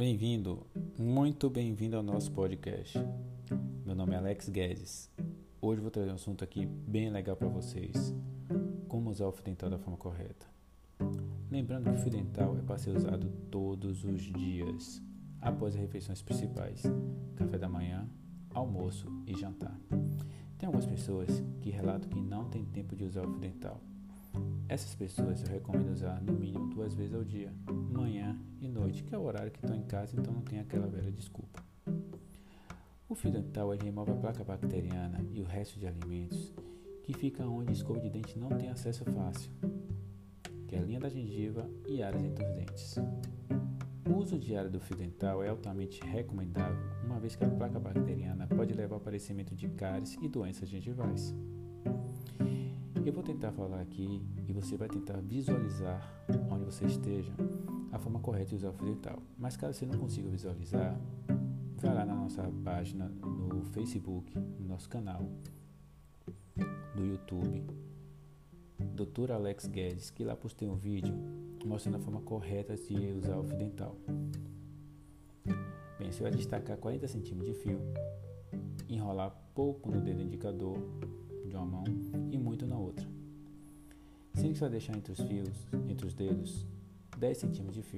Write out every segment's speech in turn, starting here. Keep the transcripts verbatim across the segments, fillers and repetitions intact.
Bem-vindo, muito bem-vindo ao nosso podcast. Meu nome é Alex Guedes. Hoje vou trazer um assunto aqui bem legal para vocês: como usar o fio dental da forma correta. Lembrando que o fio dental é para ser usado todos os dias, após as refeições principais: café da manhã, almoço e jantar. Tem algumas pessoas que relatam que não tem tempo de usar o fio dental. Essas pessoas eu recomendo usar no mínimo duas vezes ao dia, manhã e noite, que é o horário que estão em casa, então não tem aquela velha desculpa. O fio dental ele remove a placa bacteriana e o resto de alimentos que fica onde a escova de dente não tem acesso fácil, que é a linha da gengiva e áreas entre os dentes. O uso diário do fio dental é altamente recomendável, uma vez que a placa bacteriana pode levar ao aparecimento de cáries e doenças gengivais. Eu vou tentar falar aqui e você vai tentar visualizar onde você esteja a forma correta de usar o fio dental. Mas caso você não consiga visualizar, vai lá na nossa página no Facebook, no nosso canal do YouTube, doutor Alex Guedes, que lá postei um vídeo mostrando a forma correta de usar o fio dental. Bem, você vai destacar quarenta centímetros de fio, enrolar pouco no dedo indicador de uma mão e muito na outra. Sendo que você vai deixar entre os fios, entre os dedos, dez centímetros de fio.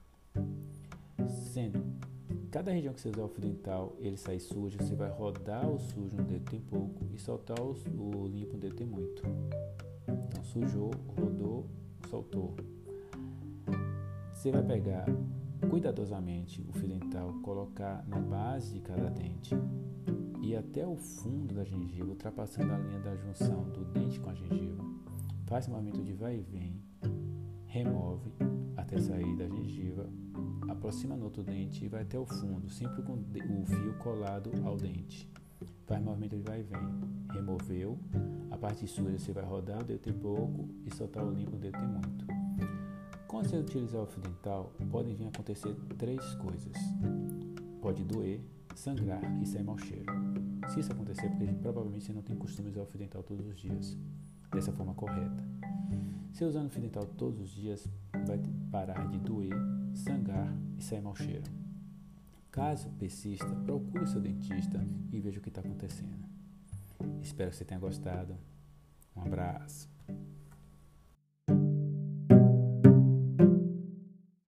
Sendo cada região que você usar o fio dental, ele sai sujo, você vai rodar o sujo no dedo tem pouco e soltar o, o limpo no dedo tem muito. Então sujou, rodou, soltou. Você vai pegar cuidadosamente o fio dental, colocar na base de cada dente e até o fundo da gengiva, ultrapassando a linha da junção do dente com a gengiva. Faz um movimento de vai e vem, remove até sair da gengiva, aproxima no outro dente e vai até o fundo, sempre com o fio colado ao dente. Faz um movimento de vai e vem, removeu, a parte suja você vai rodar o dedo tem pouco e soltar o limpo o dedo tem muito. Quando você utilizar o fio dental, podem vir a acontecer três coisas. Pode doer, sangrar e sair mau cheiro. Se isso acontecer, é porque provavelmente você não tem costume de usar o fio dental todos os dias, dessa forma correta. Se usando o fio dental todos os dias, vai parar de doer, sangrar e sair mau cheiro. Caso persista, procure seu dentista e veja o que está acontecendo. Espero que você tenha gostado. Um abraço.